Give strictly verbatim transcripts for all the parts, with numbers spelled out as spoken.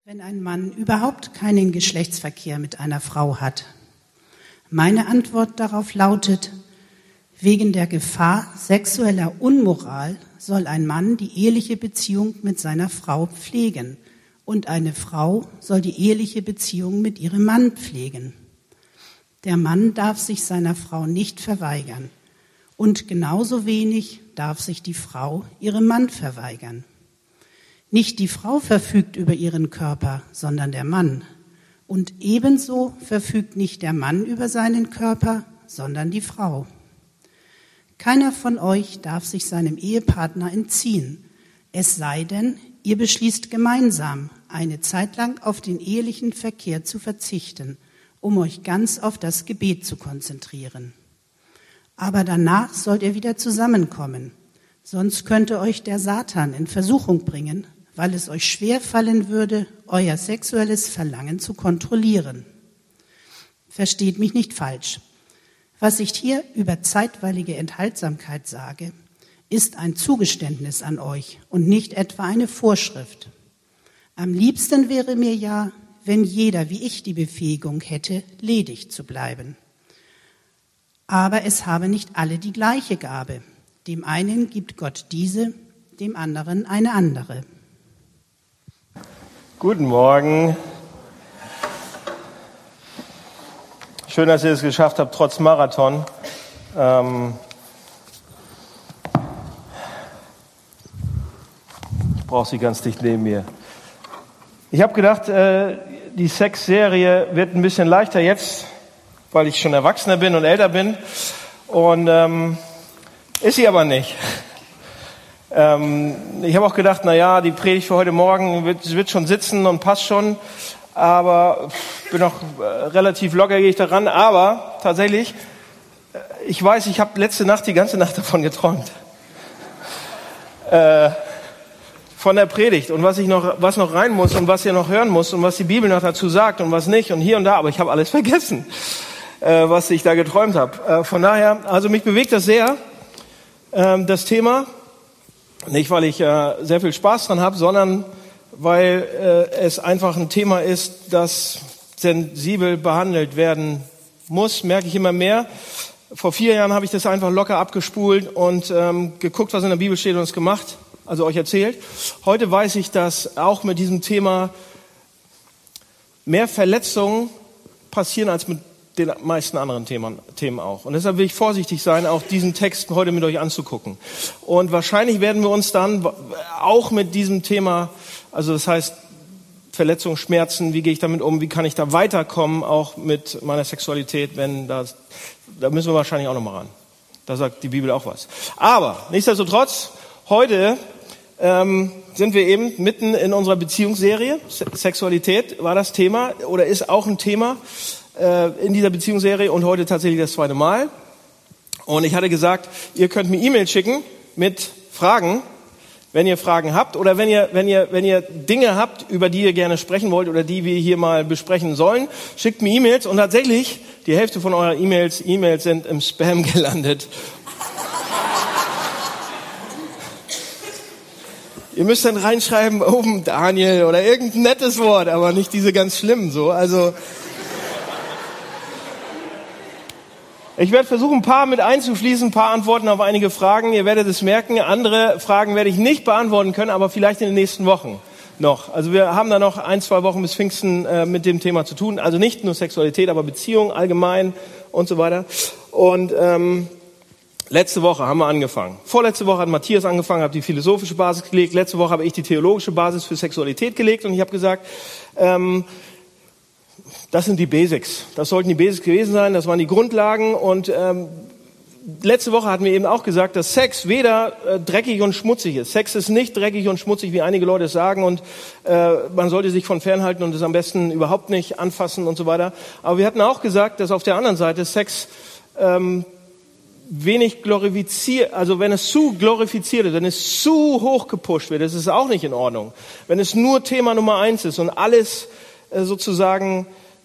Wenn ein Mann überhaupt keinen Geschlechtsverkehr mit einer Frau hat? Meine Antwort darauf lautet, wegen der Gefahr sexueller Unmoral soll ein Mann die eheliche Beziehung mit seiner Frau pflegen und eine Frau soll die eheliche Beziehung mit ihrem Mann pflegen. Der Mann darf sich seiner Frau nicht verweigern und genauso wenig darf sich die Frau ihrem Mann verweigern. Nicht die Frau verfügt über ihren Körper, sondern der Mann. Und ebenso verfügt nicht der Mann über seinen Körper, sondern die Frau. Keiner von euch darf sich seinem Ehepartner entziehen, es sei denn, ihr beschließt gemeinsam, eine Zeit lang auf den ehelichen Verkehr zu verzichten, um euch ganz auf das Gebet zu konzentrieren. Aber danach sollt ihr wieder zusammenkommen, sonst könnte euch der Satan in Versuchung bringen, weil es euch schwerfallen würde, euer sexuelles Verlangen zu kontrollieren. Versteht mich nicht falsch. Was ich hier über zeitweilige Enthaltsamkeit sage, ist ein Zugeständnis an euch und nicht etwa eine Vorschrift. Am liebsten wäre mir ja, wenn jeder wie ich die Befähigung hätte, ledig zu bleiben. Aber es haben nicht alle die gleiche Gabe. Dem einen gibt Gott diese, dem anderen eine andere. Guten Morgen. Schön, dass ihr es geschafft habt, trotz Marathon. Ähm ich brauche sie ganz dicht neben mir. Ich habe gedacht, äh, die Sex-Serie wird ein bisschen leichter jetzt, weil ich schon erwachsener bin und älter bin. Und ähm, ist sie aber nicht. Ähm, ich habe auch gedacht, na ja, die Predigt für heute Morgen wird, wird schon sitzen und passt schon. Aber ich bin noch äh, relativ locker, gehe ich daran. Aber tatsächlich, äh, ich weiß, ich habe letzte Nacht die ganze Nacht davon geträumt. Äh, von der Predigt und was ich noch, was noch rein muss und was ihr noch hören muss und was die Bibel noch dazu sagt und was nicht und hier und da. Aber ich habe alles vergessen, äh, was ich da geträumt habe. Äh, von daher, also mich bewegt das sehr, äh, das Thema. Nicht, weil ich äh, sehr viel Spaß dran habe, sondern weil äh, es einfach ein Thema ist, das sensibel behandelt werden muss, merke ich immer mehr. Vor vier Jahren habe ich das einfach locker abgespult und ähm, geguckt, was in der Bibel steht und es gemacht, also euch erzählt. Heute weiß ich, dass auch mit diesem Thema mehr Verletzungen passieren als mit den meisten anderen Themen, Themen auch. Und deshalb will ich vorsichtig sein, auch diesen Text heute mit euch anzugucken. Und wahrscheinlich werden wir uns dann auch mit diesem Thema, also das heißt Verletzungen, Schmerzen, wie gehe ich damit um, wie kann ich da weiterkommen, auch mit meiner Sexualität, wenn das, da müssen wir wahrscheinlich auch nochmal ran. Da sagt die Bibel auch was. Aber nichtsdestotrotz, heute ähm, sind wir eben mitten in unserer Beziehungsserie. Sexualität war das Thema oder ist auch ein Thema in dieser Beziehungsserie und heute tatsächlich das zweite Mal. Und ich hatte gesagt, ihr könnt mir E-Mails schicken mit Fragen, wenn ihr Fragen habt oder wenn ihr, wenn ihr, wenn ihr Dinge habt, über die ihr gerne sprechen wollt oder die wir hier mal besprechen sollen, schickt mir E-Mails und tatsächlich die Hälfte von euren E-Mails, E-Mails sind im Spam gelandet. Ihr müsst dann reinschreiben, oben Daniel oder irgendein nettes Wort, aber nicht diese ganz schlimmen so, also ich werde versuchen, ein paar mit einzufließen, ein paar Antworten auf einige Fragen. Ihr werdet es merken, andere Fragen werde ich nicht beantworten können, aber vielleicht in den nächsten Wochen noch. Also wir haben da noch ein, zwei Wochen bis Pfingsten äh, mit dem Thema zu tun. Also nicht nur Sexualität, aber Beziehung allgemein und so weiter. Und ähm, letzte Woche haben wir angefangen. Vorletzte Woche hat Matthias angefangen, hat die philosophische Basis gelegt. Letzte Woche habe ich die theologische Basis für Sexualität gelegt und ich habe gesagt, ähm, das sind die Basics. Das sollten die Basics gewesen sein. Das waren die Grundlagen. Und ähm, letzte Woche hatten wir eben auch gesagt, dass Sex weder äh, dreckig und schmutzig ist. Sex ist nicht dreckig und schmutzig, wie einige Leute es sagen. Und äh, man sollte sich von fernhalten und es am besten überhaupt nicht anfassen und so weiter. Aber wir hatten auch gesagt, dass auf der anderen Seite Sex ähm, wenig glorifiziert, also wenn es zu glorifiziert wird, wenn es zu hoch gepusht wird, das ist auch nicht in Ordnung. Wenn es nur Thema Nummer eins ist und alles äh, sozusagen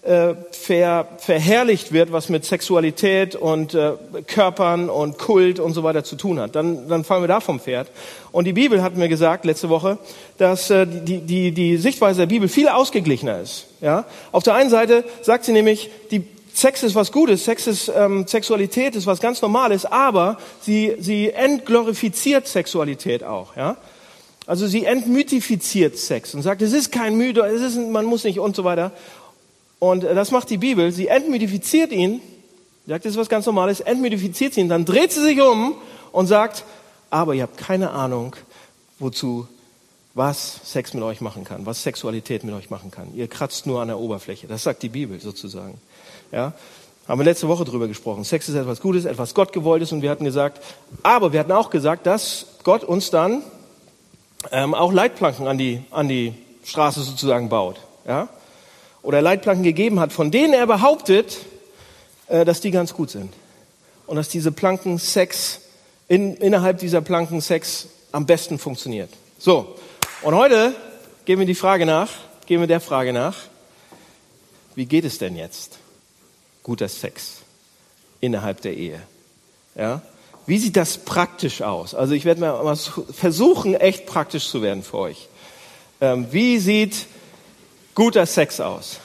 äh, ver, verherrlicht wird, was mit Sexualität und äh, Körpern und Kult und so weiter zu tun hat. Dann, dann fallen wir da vom Pferd. Und die Bibel hat mir gesagt letzte Woche, dass äh, die, die, die Sichtweise der Bibel viel ausgeglichener ist. Ja? Auf der einen Seite sagt sie nämlich, die Sex ist was Gutes, Sex ist, ähm, Sexualität ist was ganz Normales, aber sie, sie entglorifiziert Sexualität auch. Ja? Also sie entmythifiziert Sex und sagt, es ist kein Müde, es ist, man muss nicht und so weiter. Und das macht die Bibel. Sie entmythifiziert ihn, sagt, das ist was ganz Normales, entmythifiziert ihn, dann dreht sie sich um und sagt, aber ihr habt keine Ahnung, wozu, was Sex mit euch machen kann, was Sexualität mit euch machen kann. Ihr kratzt nur an der Oberfläche. Das sagt die Bibel sozusagen. Ja? Haben wir letzte Woche drüber gesprochen. Sex ist etwas Gutes, etwas Gottgewolltes, und wir hatten gesagt, aber wir hatten auch gesagt, dass Gott uns dann ähm, auch Leitplanken an die, an die Straße sozusagen baut. Ja? Oder Leitplanken gegeben hat, von denen er behauptet, äh, dass die ganz gut sind. Und dass diese Planken Sex, in, innerhalb dieser Planken Sex am besten funktioniert. So, und heute gehen wir die Frage nach, gehen wir der Frage nach, wie geht es denn jetzt? Guter Sex innerhalb der Ehe. Ja? Wie sieht das praktisch aus? Also ich werde mal versuchen, echt praktisch zu werden für euch. Ähm, wie sieht guter Sex aus?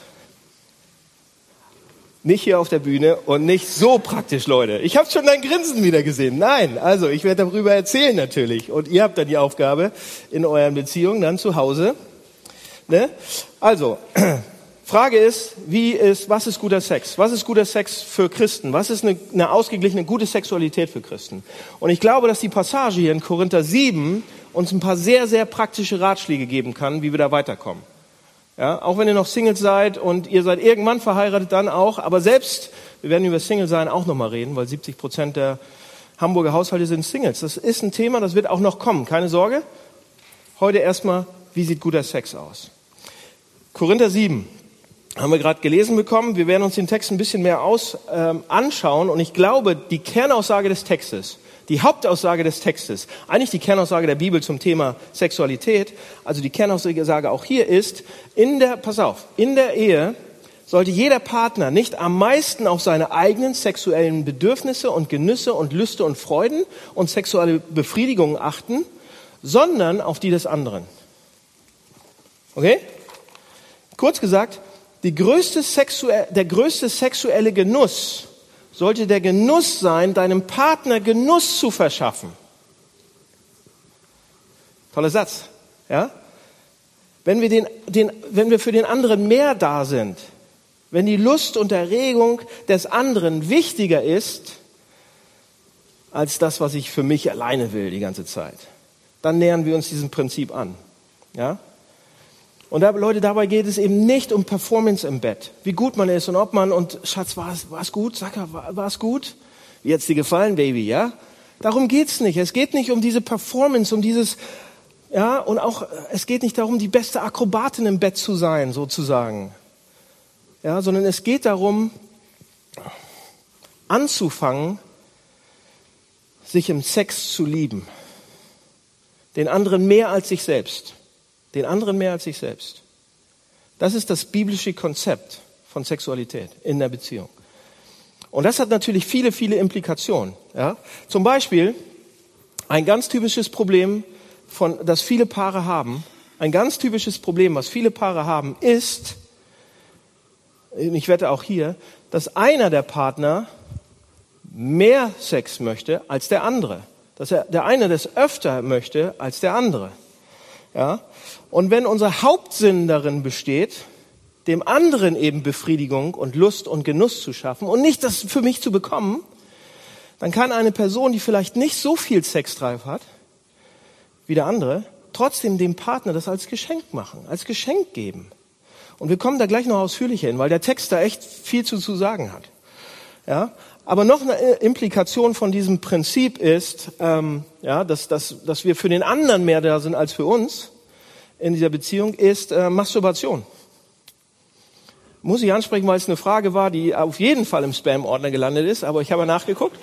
Nicht hier auf der Bühne und nicht so praktisch, Leute. Ich habe schon dein Grinsen wieder gesehen. Nein, also ich werde darüber erzählen natürlich. Und ihr habt dann die Aufgabe in euren Beziehungen dann zu Hause. Ne? Also, Frage ist, wie ist, was ist guter Sex? Was ist guter Sex für Christen? Was ist eine, eine ausgeglichene, gute Sexualität für Christen? Und ich glaube, dass die Passage hier in Korinther sieben uns ein paar sehr, sehr praktische Ratschläge geben kann, wie wir da weiterkommen. Ja, auch wenn ihr noch Singles seid und ihr seid irgendwann verheiratet, dann auch. Aber selbst, wir werden über Single sein auch nochmal reden, weil siebzig Prozent der Hamburger Haushalte sind Singles. Das ist ein Thema, das wird auch noch kommen. Keine Sorge. Heute erstmal, wie sieht guter Sex aus? Korinther sieben. Haben wir gerade gelesen bekommen. Wir werden uns den Text ein bisschen mehr aus, ähm, anschauen. Und ich glaube, die Kernaussage des Textes, die Hauptaussage des Textes, eigentlich die Kernaussage der Bibel zum Thema Sexualität, also die Kernaussage auch hier ist, in der, pass auf, in der Ehe sollte jeder Partner nicht am meisten auf seine eigenen sexuellen Bedürfnisse und Genüsse und Lüste und Freuden und sexuelle Befriedigungen achten, sondern auf die des anderen. Okay? Kurz gesagt, die größte sexuelle, der größte sexuelle Genuss sollte der Genuss sein, deinem Partner Genuss zu verschaffen. Toller Satz, ja? Wenn wir den, den, wenn wir für den anderen mehr da sind, wenn die Lust und Erregung des anderen wichtiger ist als das, was ich für mich alleine will die ganze Zeit, dann nähern wir uns diesem Prinzip an, ja? Und da, Leute, dabei geht es eben nicht um Performance im Bett. Wie gut man ist und ob man, und Schatz, war es, war es gut? Sag mal, war, war es gut? Wie hat's dir gefallen, Baby, ja? Darum geht's nicht. Es geht nicht um diese Performance, um dieses, ja, und auch, es geht nicht darum, die beste Akrobatin im Bett zu sein, sozusagen. Ja, sondern es geht darum, anzufangen, sich im Sex zu lieben. Den anderen mehr als sich selbst. Den anderen mehr als sich selbst. Das ist das biblische Konzept von Sexualität in der Beziehung. Und das hat natürlich viele, viele Implikationen. Ja? Zum Beispiel ein ganz typisches Problem, von, das viele Paare haben, ein ganz typisches Problem, was viele Paare haben, ist, ich wette auch hier, dass einer der Partner mehr Sex möchte als der andere. Dass er, der eine das öfter möchte als der andere. Ja? Und wenn unser Hauptsinn darin besteht, dem anderen eben Befriedigung und Lust und Genuss zu schaffen und nicht das für mich zu bekommen, dann kann eine Person, die vielleicht nicht so viel Sexdrive hat wie der andere, trotzdem dem Partner das als Geschenk machen, als Geschenk geben. Und wir kommen da gleich noch ausführlicher hin, weil der Text da echt viel zu, zu sagen hat. Ja? Aber noch eine Implikation von diesem Prinzip ist, ähm, ja, dass, dass, dass wir für den anderen mehr da sind als für uns in dieser Beziehung, ist äh, Masturbation. Muss ich ansprechen, weil es eine Frage war, die auf jeden Fall im Spam-Ordner gelandet ist, aber ich habe nachgeguckt.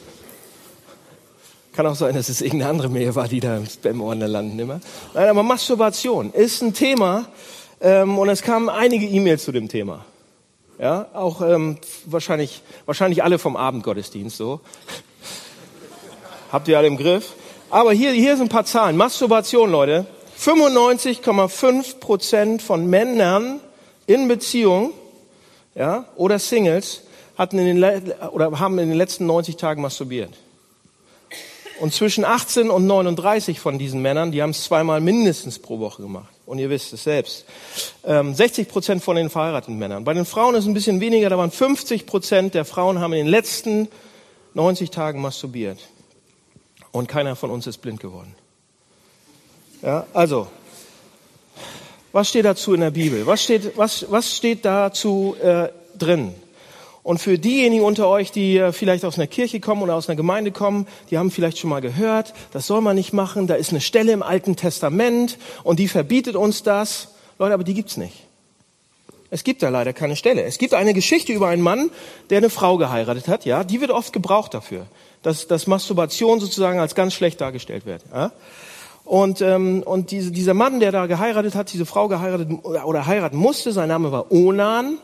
Kann auch sein, dass es irgendeine andere Mail war, die da im Spam-Ordner landen immer. Nein, aber Masturbation ist ein Thema ähm, und es kamen einige E-Mails zu dem Thema. Ja, auch ähm, wahrscheinlich, wahrscheinlich alle vom Abendgottesdienst so. Habt ihr alle im Griff? Aber hier, hier sind ein paar Zahlen. Masturbation, Leute. fünfundneunzig Komma fünf Prozent von Männern in Beziehung, ja, oder Singles hatten in den, oder haben in den letzten neunzig Tagen masturbiert. Und zwischen achtzehn und neununddreißig von diesen Männern, die haben es zweimal mindestens pro Woche gemacht. Und ihr wisst es selbst. Ähm, sechzig Prozent von den verheirateten Männern. Bei den Frauen ist es ein bisschen weniger, da waren fünfzig Prozent der Frauen haben in den letzten neunzig Tagen masturbiert. Und keiner von uns ist blind geworden. Ja, also, was steht dazu in der Bibel? Was steht, was, was steht dazu äh, drin? Und für diejenigen unter euch, die äh, vielleicht aus einer Kirche kommen oder aus einer Gemeinde kommen, die haben vielleicht schon mal gehört, das soll man nicht machen, da ist eine Stelle im Alten Testament und die verbietet uns das. Leute, aber die gibt's nicht. Es gibt da leider keine Stelle. Es gibt eine Geschichte über einen Mann, der eine Frau geheiratet hat, ja, die wird oft gebraucht dafür, dass, dass Masturbation sozusagen als ganz schlecht dargestellt wird, ja. Und, ähm, und diese, dieser Mann, der da geheiratet hat, diese Frau geheiratet oder, oder heiraten musste, sein Name war Onan.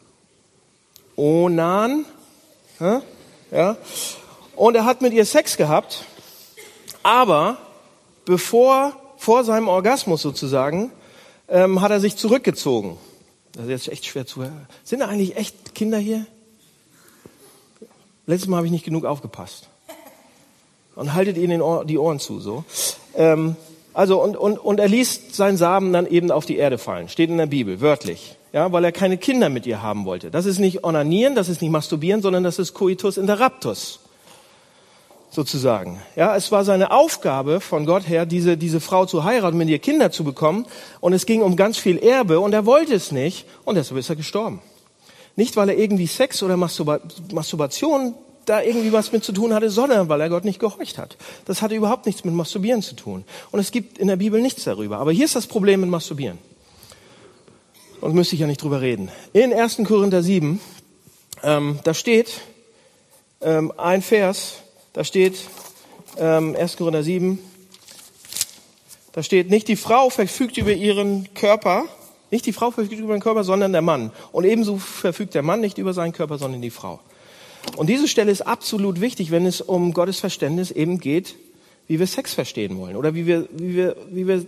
Onan, ja, ja, und er hat mit ihr Sex gehabt, aber bevor, vor seinem Orgasmus sozusagen, ähm, hat er sich zurückgezogen. Das ist jetzt echt schwer zu hören. Sind da eigentlich echt Kinder hier? Letztes Mal habe ich nicht genug aufgepasst. Und haltet ihnen Ohr, die Ohren zu, so. Ähm, also, und, und, und er ließ seinen Samen dann eben auf die Erde fallen. Steht in der Bibel, wörtlich. Ja, weil er keine Kinder mit ihr haben wollte. Das ist nicht Onanieren, das ist nicht Masturbieren, sondern das ist Coitus interruptus. Sozusagen. Ja, es war seine Aufgabe von Gott her, diese, diese Frau zu heiraten, mit ihr Kinder zu bekommen. Und es ging um ganz viel Erbe und er wollte es nicht. Und deshalb ist er gestorben. Nicht, weil er irgendwie Sex oder Masturba- Masturbation da irgendwie was mit zu tun hatte, sondern weil er Gott nicht gehorcht hat. Das hatte überhaupt nichts mit Masturbieren zu tun. Und es gibt in der Bibel nichts darüber. Aber hier ist das Problem mit Masturbieren. Und müsste ich ja nicht drüber reden. In ersten Korinther sieben, ähm, da steht ähm, ein Vers, da steht ähm, ersten Korinther sieben, da steht, nicht die Frau verfügt über ihren Körper, nicht die Frau verfügt über den Körper, sondern der Mann. Und ebenso verfügt der Mann nicht über seinen Körper, sondern die Frau. Und diese Stelle ist absolut wichtig, wenn es um Gottes Verständnis eben geht, wie wir Sex verstehen wollen oder wie wir, wie wir, wie wir,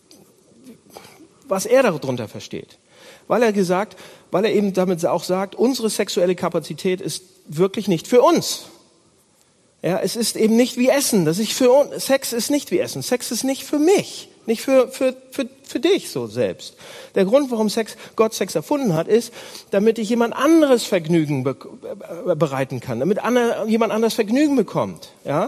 was er darunter versteht. Weil er gesagt, weil er eben damit auch sagt, unsere sexuelle Kapazität ist wirklich nicht für uns. Ja, es ist eben nicht wie Essen. Das ist für uns. Sex ist nicht wie Essen. Sex ist nicht für mich, nicht für für für für dich so selbst. Der Grund, warum Sex Gott Sex erfunden hat, ist, damit ich jemand anderes Vergnügen be- bereiten kann, damit andere, jemand anderes Vergnügen bekommt. Ja.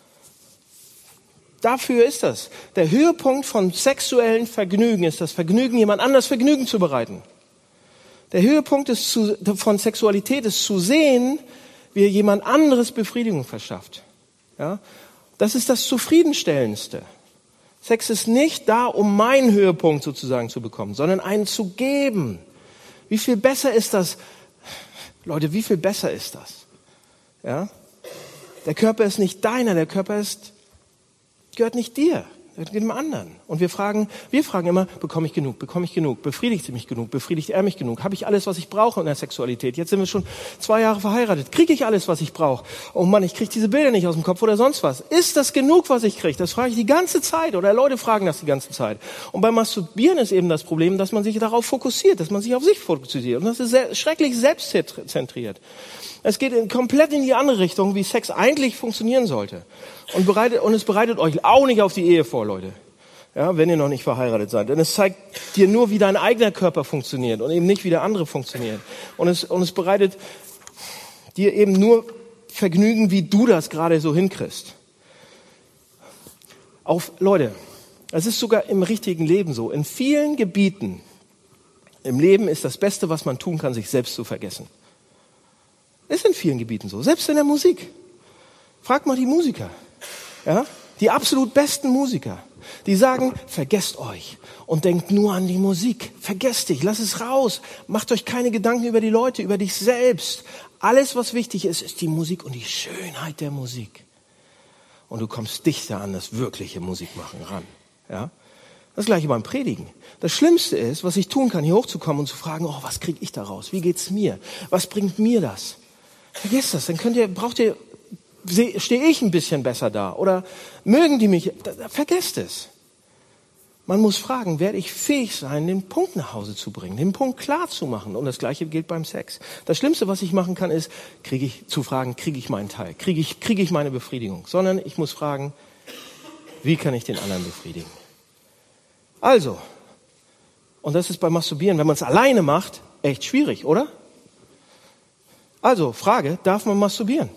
Dafür ist das. Der Höhepunkt von sexuellen Vergnügen ist das Vergnügen, jemand anders Vergnügen zu bereiten. Der Höhepunkt ist zu, von Sexualität ist zu sehen, wie jemand anderes Befriedigung verschafft. Ja? Das ist das Zufriedenstellendste. Sex ist nicht da, um meinen Höhepunkt sozusagen zu bekommen, sondern einen zu geben. Wie viel besser ist das? Leute, wie viel besser ist das? Ja? Der Körper ist nicht deiner, der Körper ist gehört nicht dir, gehört dem anderen. Und wir fragen, wir fragen immer, bekomme ich genug, bekomme ich genug, befriedigt sie mich genug, befriedigt er mich genug, habe ich alles, was ich brauche in der Sexualität? Jetzt sind wir schon zwei Jahre verheiratet, kriege ich alles, was ich brauche? Oh Mann, ich kriege diese Bilder nicht aus dem Kopf oder sonst was. Ist das genug, was ich kriege? Das frage ich die ganze Zeit oder Leute fragen das die ganze Zeit. Und beim Masturbieren ist eben das Problem, dass man sich darauf fokussiert, dass man sich auf sich fokussiert. Und das ist sehr, schrecklich selbstzentriert. Es geht in, komplett in die andere Richtung, wie Sex eigentlich funktionieren sollte. Und, bereitet, und es bereitet euch auch nicht auf die Ehe vor, Leute. Ja, wenn ihr noch nicht verheiratet seid. Denn es zeigt dir nur, wie dein eigener Körper funktioniert und eben nicht, wie der andere funktioniert. Und es, und es bereitet dir eben nur Vergnügen, wie du das gerade so hinkriegst. Auf, Leute, es ist sogar im richtigen Leben so. In vielen Gebieten im Leben ist das Beste, was man tun kann, sich selbst zu vergessen. Ist in vielen Gebieten so, selbst in der Musik. Frag mal die Musiker, ja, die absolut besten Musiker, die sagen, vergesst euch und denkt nur an die Musik. Vergesst dich, lass es raus. Macht euch keine Gedanken über die Leute, über dich selbst. Alles, was wichtig ist, ist die Musik und die Schönheit der Musik. Und du kommst dichter an das wirkliche Musikmachen ran, ja. Das gleiche beim Predigen. Das Schlimmste ist, was ich tun kann, hier hochzukommen und zu fragen, oh, was kriege ich da raus? Wie geht's mir? Was bringt mir das? Vergesst das, dann könnt ihr, braucht ihr, stehe ich ein bisschen besser da? Oder mögen die mich? Vergesst es. Man muss fragen, werde ich fähig sein, den Punkt nach Hause zu bringen, den Punkt klar zu machen? Und das Gleiche gilt beim Sex. Das Schlimmste, was ich machen kann, ist, kriege ich zu fragen, kriege ich meinen Teil? Kriege ich, kriege ich meine Befriedigung? Sondern ich muss fragen, wie kann ich den anderen befriedigen? Also, und das ist beim Masturbieren, wenn man es alleine macht, echt schwierig, oder? Also, Frage, darf man masturbieren?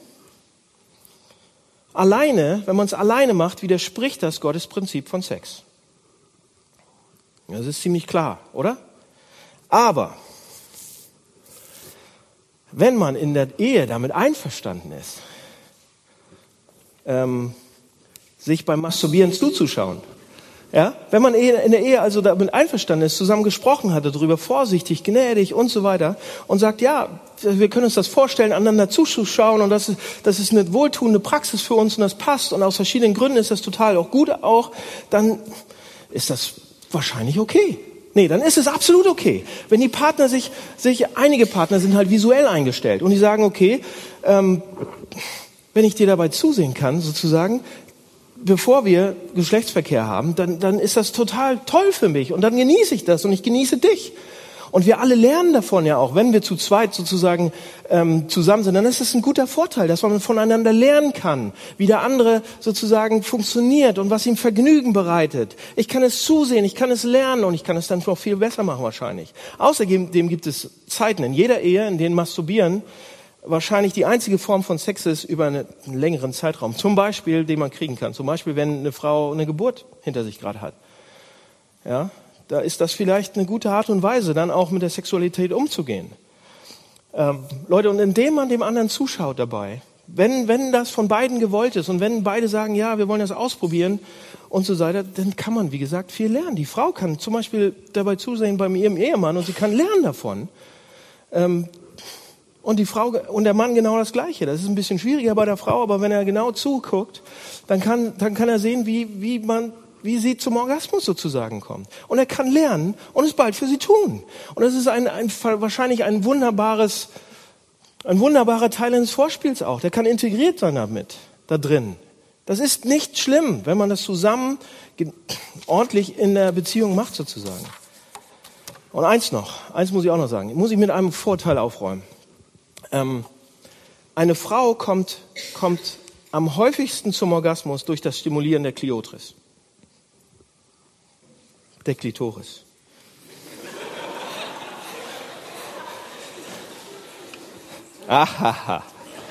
Alleine, wenn man es alleine macht, widerspricht das Gottes Prinzip von Sex. Das ist ziemlich klar, oder? Aber wenn man in der Ehe damit einverstanden ist, ähm, sich beim Masturbieren zuzuschauen, ja, wenn man in der Ehe also damit einverstanden ist, zusammen gesprochen hat darüber, vorsichtig, gnädig und so weiter und sagt, ja, wir können uns das vorstellen, einander zuzuschauen und das ist, das ist eine wohltuende Praxis für uns und das passt und aus verschiedenen Gründen ist das total auch gut auch, dann ist das wahrscheinlich okay. Nee, dann ist es absolut okay. Wenn die Partner sich, sich einige Partner sind halt visuell eingestellt und die sagen, okay, ähm, wenn ich dir dabei zusehen kann, sozusagen, bevor wir Geschlechtsverkehr haben, dann, dann ist das total toll für mich und dann genieße ich das und ich genieße dich. Und wir alle lernen davon ja auch, wenn wir zu zweit sozusagen ähm, zusammen sind, dann ist das ein guter Vorteil, dass man voneinander lernen kann, wie der andere sozusagen funktioniert und was ihm Vergnügen bereitet. Ich kann es zusehen, ich kann es lernen und ich kann es dann noch viel besser machen wahrscheinlich. Außerdem gibt es Zeiten in jeder Ehe, in denen Masturbieren wahrscheinlich die einzige Form von Sex ist über einen längeren Zeitraum. Zum Beispiel, den man kriegen kann. Zum Beispiel, wenn eine Frau eine Geburt hinter sich gerade hat. Ja, da ist das vielleicht eine gute Art und Weise, dann auch mit der Sexualität umzugehen. Ähm, Leute, und indem man dem anderen zuschaut dabei, wenn, wenn das von beiden gewollt ist und wenn beide sagen, ja, wir wollen das ausprobieren und so weiter, dann kann man, wie gesagt, viel lernen. Die Frau kann zum Beispiel dabei zusehen bei ihrem Ehemann und sie kann lernen davon. Ähm, Und die Frau und der Mann genau das Gleiche. Das ist ein bisschen schwieriger bei der Frau, aber wenn er genau zuguckt, dann kann, dann kann er sehen, wie, wie man, wie sie zum Orgasmus sozusagen kommt. Und er kann lernen und es bald für sie tun. Und das ist ein, ein, wahrscheinlich ein wunderbares, ein wunderbarer Teil eines Vorspiels auch. Der kann integriert sein damit, da drin. Das ist nicht schlimm, wenn man das zusammen ordentlich in der Beziehung macht sozusagen. Und eins noch, eins muss ich auch noch sagen, muss ich mit einem Vorteil aufräumen. Ähm, eine Frau kommt, kommt am häufigsten zum Orgasmus durch das Stimulieren der Klitoris. Der Klitoris. Ahaha.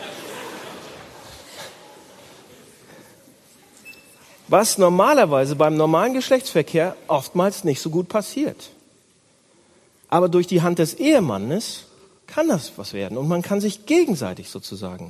Was normalerweise beim normalen Geschlechtsverkehr oftmals nicht so gut passiert. Aber durch die Hand des Ehemannes kann das was werden und man kann sich gegenseitig sozusagen.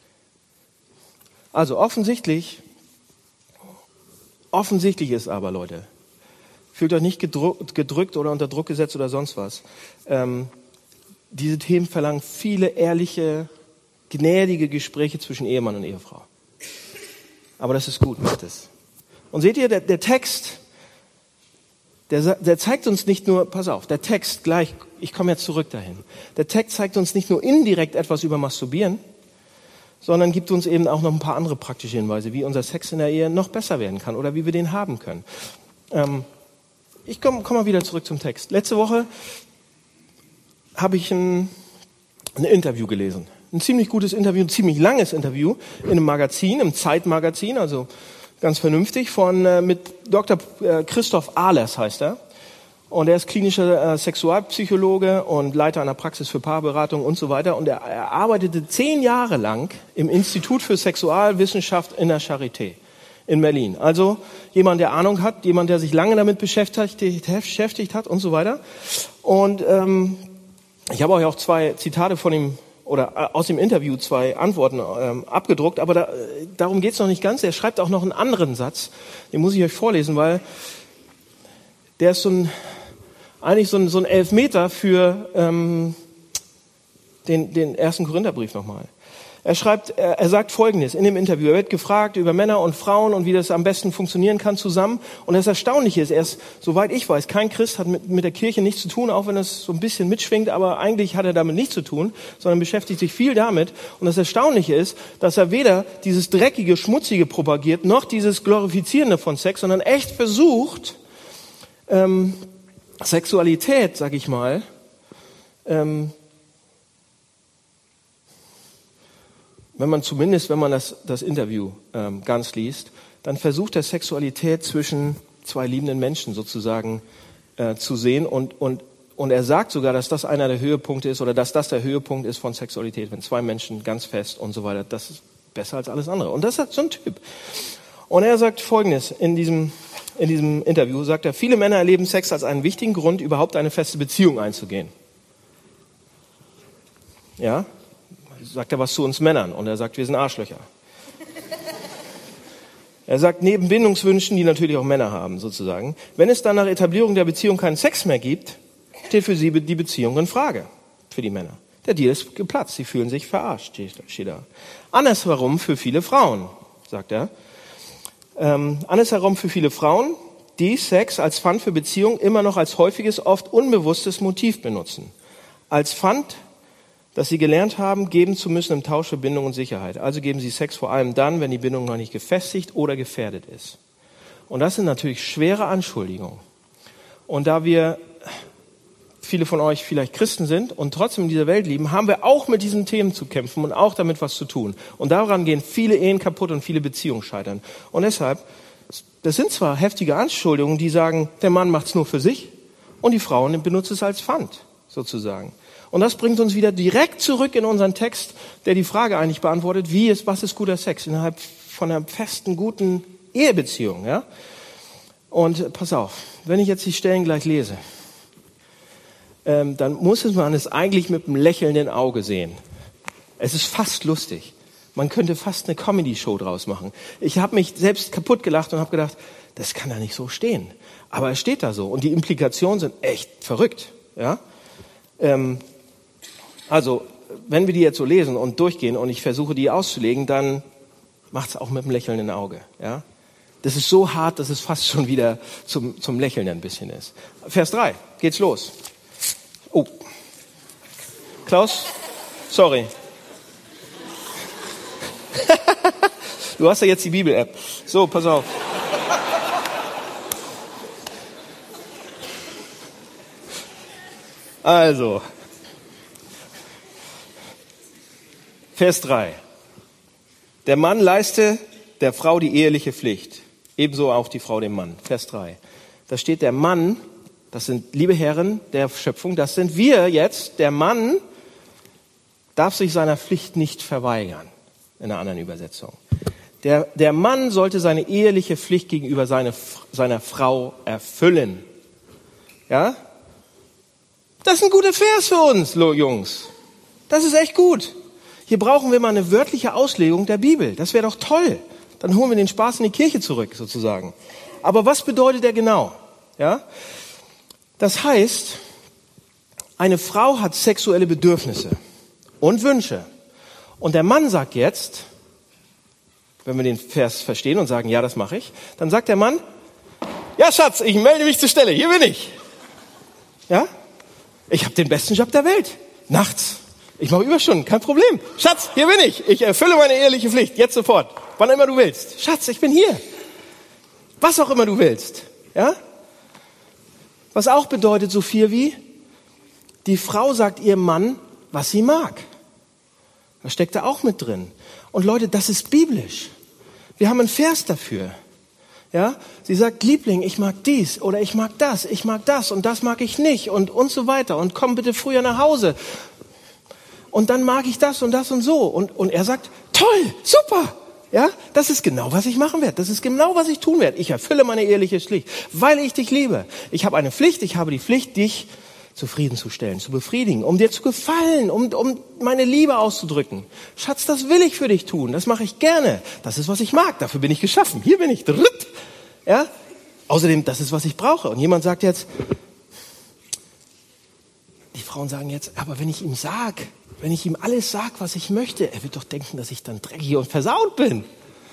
Also offensichtlich, offensichtlich ist aber, Leute, fühlt euch nicht gedrückt, gedrückt oder unter Druck gesetzt oder sonst was. Ähm, diese Themen verlangen viele ehrliche, gnädige Gespräche zwischen Ehemann und Ehefrau. Aber das ist gut, macht es. Und seht ihr, der, der Text, der, der zeigt uns nicht nur, pass auf, der Text gleich, ich komme jetzt zurück dahin. Der Text zeigt uns nicht nur indirekt etwas über Masturbieren, sondern gibt uns eben auch noch ein paar andere praktische Hinweise, wie unser Sex in der Ehe noch besser werden kann oder wie wir den haben können. Ähm, ich komme komm mal wieder zurück zum Text. Letzte Woche habe ich ein, ein Interview gelesen. Ein ziemlich gutes Interview, ein ziemlich langes Interview in einem Magazin, im Zeitmagazin, also ganz vernünftig, von äh, mit Doktor Äh, Christoph Ahlers heißt er. Und er ist klinischer äh, Sexualpsychologe und Leiter einer Praxis für Paarberatung und so weiter. Und er, er arbeitete zehn Jahre lang im Institut für Sexualwissenschaft in der Charité in Berlin. Also jemand, der Ahnung hat, jemand, der sich lange damit beschäftigt, beschäftigt hat und so weiter. Und ähm, ich habe euch auch zwei Zitate von ihm oder aus dem Interview zwei Antworten ähm, abgedruckt, aber da, darum geht's noch nicht ganz. Er schreibt auch noch einen anderen Satz, den muss ich euch vorlesen, weil der ist so ein, eigentlich so ein, so ein Elfmeter für ähm, den, den ersten Korintherbrief nochmal. Er schreibt, er, er sagt Folgendes in dem Interview. Er wird gefragt über Männer und Frauen und wie das am besten funktionieren kann zusammen. Und das Erstaunliche ist, er ist, soweit ich weiß, kein Christ, hat mit, mit der Kirche nichts zu tun, auch wenn es so ein bisschen mitschwingt, aber eigentlich hat er damit nichts zu tun, sondern beschäftigt sich viel damit. Und das Erstaunliche ist, dass er weder dieses dreckige, schmutzige propagiert, noch dieses Glorifizierende von Sex, sondern echt versucht, ähm, Sexualität, sag ich mal, ähm, wenn man zumindest, wenn man das, das Interview ähm, ganz liest, dann versucht er Sexualität zwischen zwei liebenden Menschen sozusagen äh, zu sehen und, und, und er sagt sogar, dass das einer der Höhepunkte ist oder dass das der Höhepunkt ist von Sexualität, wenn zwei Menschen ganz fest und so weiter, das ist besser als alles andere. Und das ist so ein Typ. Und er sagt Folgendes in diesem, in diesem Interview, sagt er, viele Männer erleben Sex als einen wichtigen Grund, überhaupt eine feste Beziehung einzugehen. Ja? Sagt er was zu uns Männern und er sagt, wir sind Arschlöcher. Er sagt, neben Bindungswünschen, die natürlich auch Männer haben, sozusagen, wenn es dann nach Etablierung der Beziehung keinen Sex mehr gibt, steht für sie die Beziehung in Frage, für die Männer. Der Deal ist geplatzt, sie fühlen sich verarscht, steht da. Andersherum für viele Frauen, sagt er. Ähm, andersherum für viele Frauen, die Sex als Pfand für Beziehung immer noch als häufiges, oft unbewusstes Motiv benutzen. Als Pfand, dass sie gelernt haben, geben zu müssen im Tausch für Bindung und Sicherheit. Also geben sie Sex vor allem dann, wenn die Bindung noch nicht gefestigt oder gefährdet ist. Und das sind natürlich schwere Anschuldigungen. Und da wir, viele von euch vielleicht Christen sind und trotzdem in dieser Welt leben, haben wir auch mit diesen Themen zu kämpfen und auch damit was zu tun. Und daran gehen viele Ehen kaputt und viele Beziehungen scheitern. Und deshalb, das sind zwar heftige Anschuldigungen, die sagen, der Mann macht's nur für sich und die Frau benutzt es als Pfand, sozusagen. Und das bringt uns wieder direkt zurück in unseren Text, der die Frage eigentlich beantwortet, wie ist, was ist guter Sex innerhalb von einer festen, guten Ehebeziehung, ja? Und pass auf, wenn ich jetzt die Stellen gleich lese, ähm, dann muss man es eigentlich mit einem lächelnden Auge sehen. Es ist fast lustig. Man könnte fast eine Comedy-Show draus machen. Ich habe mich selbst kaputt gelacht und habe gedacht, das kann da nicht so stehen. Aber es steht da so und die Implikationen sind echt verrückt, ja? Ähm, Also, wenn wir die jetzt so lesen und durchgehen und ich versuche, die auszulegen, dann macht es auch mit einem lächelnden Auge. Ja? Das ist so hart, dass es fast schon wieder zum, zum Lächeln ein bisschen ist. Vers drei, geht's los. Oh, Klaus, sorry. Du hast ja jetzt die Bibel-App. So, pass auf. Also, Vers drei. Der Mann leiste der Frau die eheliche Pflicht. Ebenso auch die Frau dem Mann. Vers drei. Da steht der Mann, das sind, liebe Herren der Schöpfung, das sind wir jetzt. Der Mann darf sich seiner Pflicht nicht verweigern. In einer anderen Übersetzung. Der, der Mann sollte seine eheliche Pflicht gegenüber seine, seiner Frau erfüllen. Ja? Das ist ein guter Vers für uns, Jungs. Das ist echt gut. Hier brauchen wir mal eine wörtliche Auslegung der Bibel. Das wäre doch toll. Dann holen wir den Spaß in die Kirche zurück, sozusagen. Aber was bedeutet er genau? Ja? Das heißt, eine Frau hat sexuelle Bedürfnisse und Wünsche. Und der Mann sagt jetzt, wenn wir den Vers verstehen und sagen, ja, das mache ich, dann sagt der Mann, ja, Schatz, ich melde mich zur Stelle, hier bin ich. Ja? Ich habe den besten Job der Welt. Nachts. Ich mache Überstunden, kein Problem. Schatz, hier bin ich. Ich erfülle meine eheliche Pflicht, jetzt sofort. Wann immer du willst. Schatz, ich bin hier. Was auch immer du willst. Ja? Was auch bedeutet so viel wie, die Frau sagt ihrem Mann, was sie mag. Das steckt da auch mit drin. Und Leute, das ist biblisch. Wir haben einen Vers dafür. Ja? Sie sagt, Liebling, ich mag dies oder ich mag das, ich mag das und das mag ich nicht und, und so weiter. Und komm bitte früher nach Hause. Und dann mag ich das und das und so. Und, und er sagt, toll, super. Ja, das ist genau, was ich machen werde. Das ist genau, was ich tun werde. Ich erfülle meine eheliche Pflicht, weil ich dich liebe. Ich habe eine Pflicht, ich habe die Pflicht, dich zufriedenzustellen, zu befriedigen, um dir zu gefallen, um, um meine Liebe auszudrücken. Schatz, das will ich für dich tun. Das mache ich gerne. Das ist, was ich mag. Dafür bin ich geschaffen. Hier bin ich. Ja? Außerdem, das ist, was ich brauche. Und jemand sagt jetzt, die Frauen sagen jetzt, aber wenn ich ihm sag, wenn ich ihm alles sage, was ich möchte, er wird doch denken, dass ich dann dreckig und versaut bin.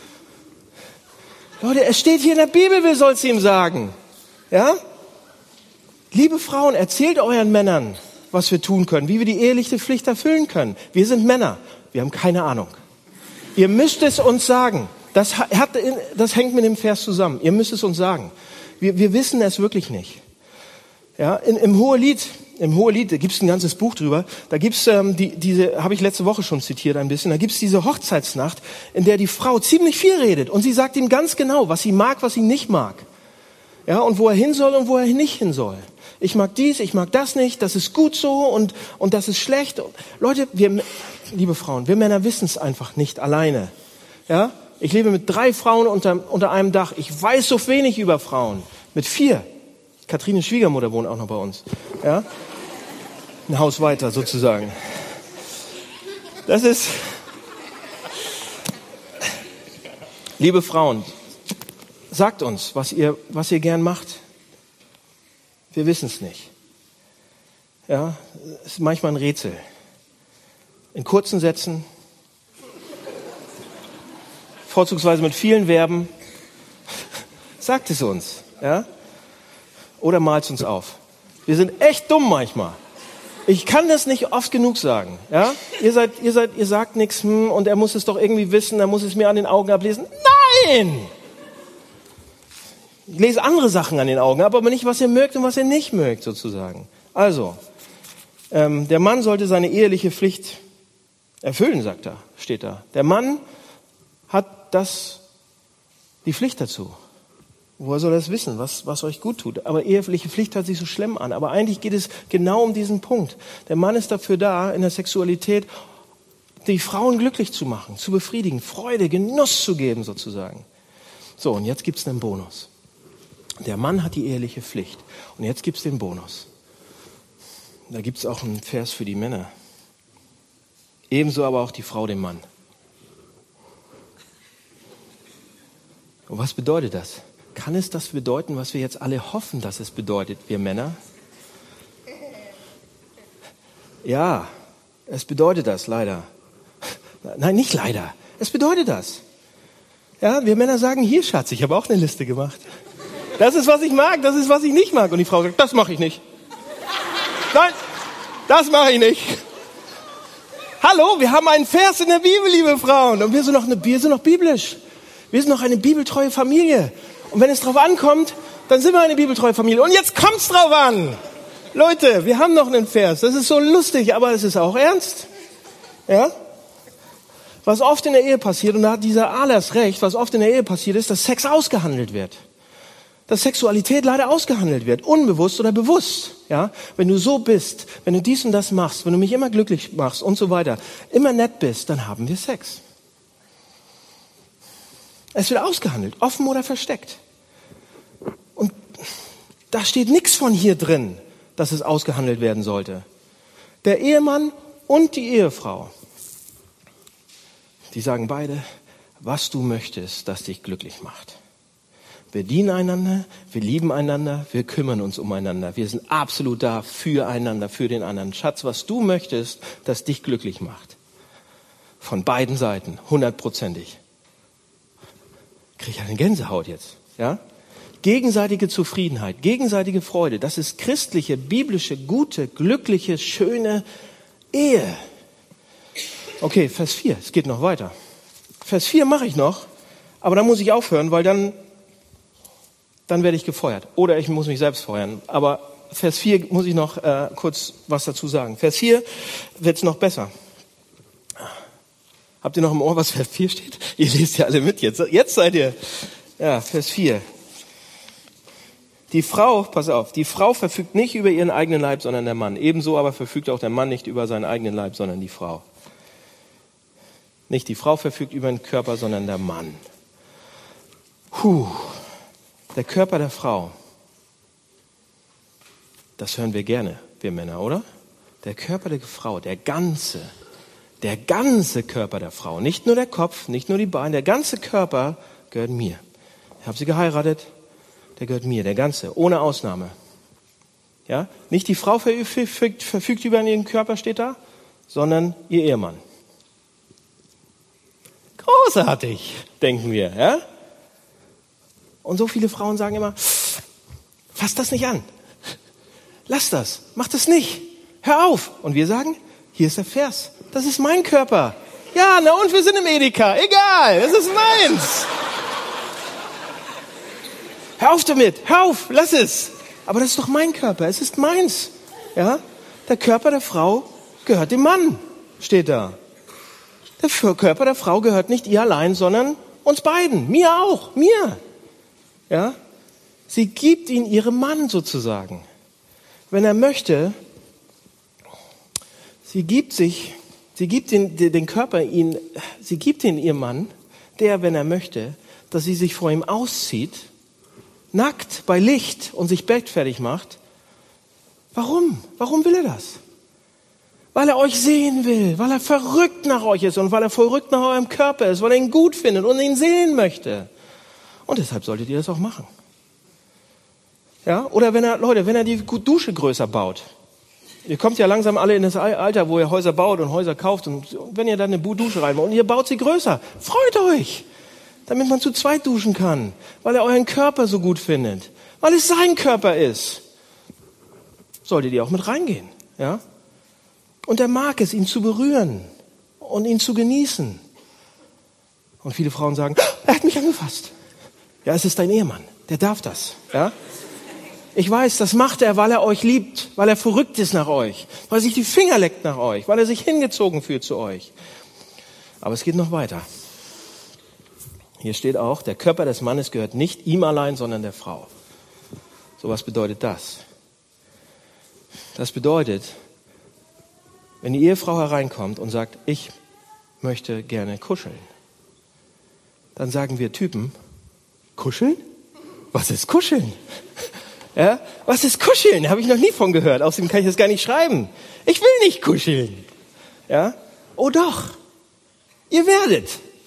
Leute, es steht hier in der Bibel, wer soll es ihm sagen? Ja? Liebe Frauen, erzählt euren Männern, was wir tun können, wie wir die eheliche Pflicht erfüllen können. Wir sind Männer, wir haben keine Ahnung. Ihr müsst es uns sagen. Das, hat, das hängt mit dem Vers zusammen. Ihr müsst es uns sagen. Wir, wir wissen es wirklich nicht. Ja, in, im Hohelied, im Hohelied, da gibt es ein ganzes Buch drüber. Da gibt's ähm, die, diese, habe ich letzte Woche schon zitiert ein bisschen. Da gibt es diese Hochzeitsnacht, in der die Frau ziemlich viel redet und sie sagt ihm ganz genau, was sie mag, was sie nicht mag. Ja, und wo er hin soll und wo er nicht hin soll. Ich mag dies, ich mag das nicht. Das ist gut so und und das ist schlecht. Und Leute, wir, liebe Frauen, wir Männer wissen es einfach nicht alleine. Ja, ich lebe mit drei Frauen unter unter einem Dach. Ich weiß so wenig über Frauen. Mit vier. Kathrines Schwiegermutter wohnt auch noch bei uns. Ja? Ein Haus weiter sozusagen. Das ist, liebe Frauen, sagt uns, was ihr, was ihr gern macht. Wir wissen es nicht. Ja, es ist manchmal ein Rätsel. In kurzen Sätzen, vorzugsweise mit vielen Verben. Sagt es uns, ja? Oder malt es uns auf. Wir sind echt dumm manchmal. Ich kann das nicht oft genug sagen. Ja? Ihr seid, ihr seid, ihr sagt nichts, hm, und er muss es doch irgendwie wissen, er muss es mir an den Augen ablesen. Nein! Ich lese andere Sachen an den Augen ab, aber nicht, was ihr mögt und was ihr nicht mögt, sozusagen. Also, ähm, der Mann sollte seine eheliche Pflicht erfüllen, sagt er, steht da. Der Mann hat das, die Pflicht dazu. Woher soll er das wissen, was, was euch gut tut? Aber eheliche Pflicht hört sich so schlimm an. Aber eigentlich geht es genau um diesen Punkt. Der Mann ist dafür da, in der Sexualität die Frauen glücklich zu machen, zu befriedigen, Freude, Genuss zu geben sozusagen. So, und jetzt gibt's einen Bonus. Der Mann hat die eheliche Pflicht. Und jetzt gibt's den Bonus. Da gibt's auch einen Vers für die Männer. Ebenso aber auch die Frau dem Mann. Und was bedeutet das? Kann es das bedeuten, was wir jetzt alle hoffen, dass es bedeutet, wir Männer? Ja, es bedeutet das, leider. Nein, nicht leider. Es bedeutet das. Ja, wir Männer sagen, hier Schatz, ich habe auch eine Liste gemacht. Das ist, was ich mag, das ist, was ich nicht mag. Und die Frau sagt, das mache ich nicht. Nein, das mache ich nicht. Hallo, wir haben einen Vers in der Bibel, liebe Frauen. Und wir sind noch, eine, wir sind noch biblisch. Wir sind noch eine bibeltreue Familie. Und wenn es drauf ankommt, dann sind wir eine bibeltreue Familie. Und jetzt kommt's drauf an. Leute, wir haben noch einen Vers. Das ist so lustig, aber es ist auch ernst. Ja? Was oft in der Ehe passiert, und da hat dieser Ahlers recht, was oft in der Ehe passiert ist, dass Sex ausgehandelt wird. Dass Sexualität leider ausgehandelt wird. Unbewusst oder bewusst. Ja? Wenn du so bist, wenn du dies und das machst, wenn du mich immer glücklich machst und so weiter, immer nett bist, dann haben wir Sex. Es wird ausgehandelt, offen oder versteckt. Und da steht nichts von hier drin, dass es ausgehandelt werden sollte. Der Ehemann und die Ehefrau, die sagen beide, was du möchtest, das dich glücklich macht. Wir dienen einander, wir lieben einander, wir kümmern uns umeinander. Wir sind absolut da füreinander, für den anderen. Schatz, was du möchtest, das dich glücklich macht. Von beiden Seiten, hundertprozentig. Kriege ich eine Gänsehaut jetzt, ja? Gegenseitige Zufriedenheit, gegenseitige Freude, das ist christliche, biblische, gute, glückliche, schöne Ehe. Okay, Vers vier, es geht noch weiter. Vers vier mache ich noch, aber dann muss ich aufhören, weil dann, dann werde ich gefeuert. Oder ich muss mich selbst feuern. Aber Vers vier muss ich noch äh, kurz was dazu sagen. Vers vier wird es noch besser. Habt ihr noch im Ohr, was Vers vier steht? Ihr lest ja alle mit jetzt. Jetzt seid ihr. Ja, Vers vier. Die Frau, pass auf, die Frau verfügt nicht über ihren eigenen Leib, sondern der Mann. Ebenso aber verfügt auch der Mann nicht über seinen eigenen Leib, sondern die Frau. Nicht die Frau verfügt über den Körper, sondern der Mann. Puh, der Körper der Frau. Das hören wir gerne, wir Männer, oder? Der Körper der Frau, der ganze Der ganze Körper der Frau, nicht nur der Kopf, nicht nur die Beine, der ganze Körper gehört mir. Ich habe sie geheiratet, der gehört mir, der ganze, ohne Ausnahme. Ja, nicht die Frau verfügt, verfügt über ihren Körper, steht da, sondern ihr Ehemann. Großartig, denken wir, ja? Und so viele Frauen sagen immer, fass das nicht an. Lass das, mach das nicht. Hör auf. Und wir sagen, hier ist der Vers. Das ist mein Körper. Ja, na und wir sind im Edeka. Egal, es ist meins. Hör auf damit, hör auf, lass es. Aber das ist doch mein Körper, es ist meins. Ja? Der Körper der Frau gehört dem Mann, steht da. Der Körper der Frau gehört nicht ihr allein, sondern uns beiden. Mir auch, mir. Ja? Sie gibt ihn ihrem Mann sozusagen. Wenn er möchte, sie gibt sich, sie gibt den, den Körper ihn, sie gibt ihn ihrem Mann, der, wenn er möchte, dass sie sich vor ihm auszieht, nackt bei Licht und sich bettfertig macht. Warum? Warum will er das? Weil er euch sehen will, weil er verrückt nach euch ist und weil er verrückt nach eurem Körper ist, weil er ihn gut findet und ihn sehen möchte. Und deshalb solltet ihr das auch machen. Ja? Oder wenn er, Leute, wenn er die Dusche größer baut. Ihr kommt ja langsam alle in das Alter, wo ihr Häuser baut und Häuser kauft. Und wenn ihr dann eine Dusche reinbaut und ihr baut sie größer, freut euch, damit man zu zweit duschen kann, weil er euren Körper so gut findet, weil es sein Körper ist. Solltet ihr auch mit reingehen, ja? Und er mag es, ihn zu berühren und ihn zu genießen. Und viele Frauen sagen, er hat mich angefasst. Ja, es ist dein Ehemann, der darf das. Ja? Ich weiß, das macht er, weil er euch liebt, weil er verrückt ist nach euch, weil er sich die Finger leckt nach euch, weil er sich hingezogen fühlt zu euch. Aber es geht noch weiter. Hier steht auch, der Körper des Mannes gehört nicht ihm allein, sondern der Frau. So was bedeutet das? Das bedeutet, wenn die Ehefrau hereinkommt und sagt, ich möchte gerne kuscheln, dann sagen wir Typen, kuscheln? Was ist kuscheln? Ja, was ist kuscheln? Habe ich noch nie von gehört. Außerdem kann ich das gar nicht schreiben. Ich will nicht kuscheln. Ja? Oh doch, ihr werdet.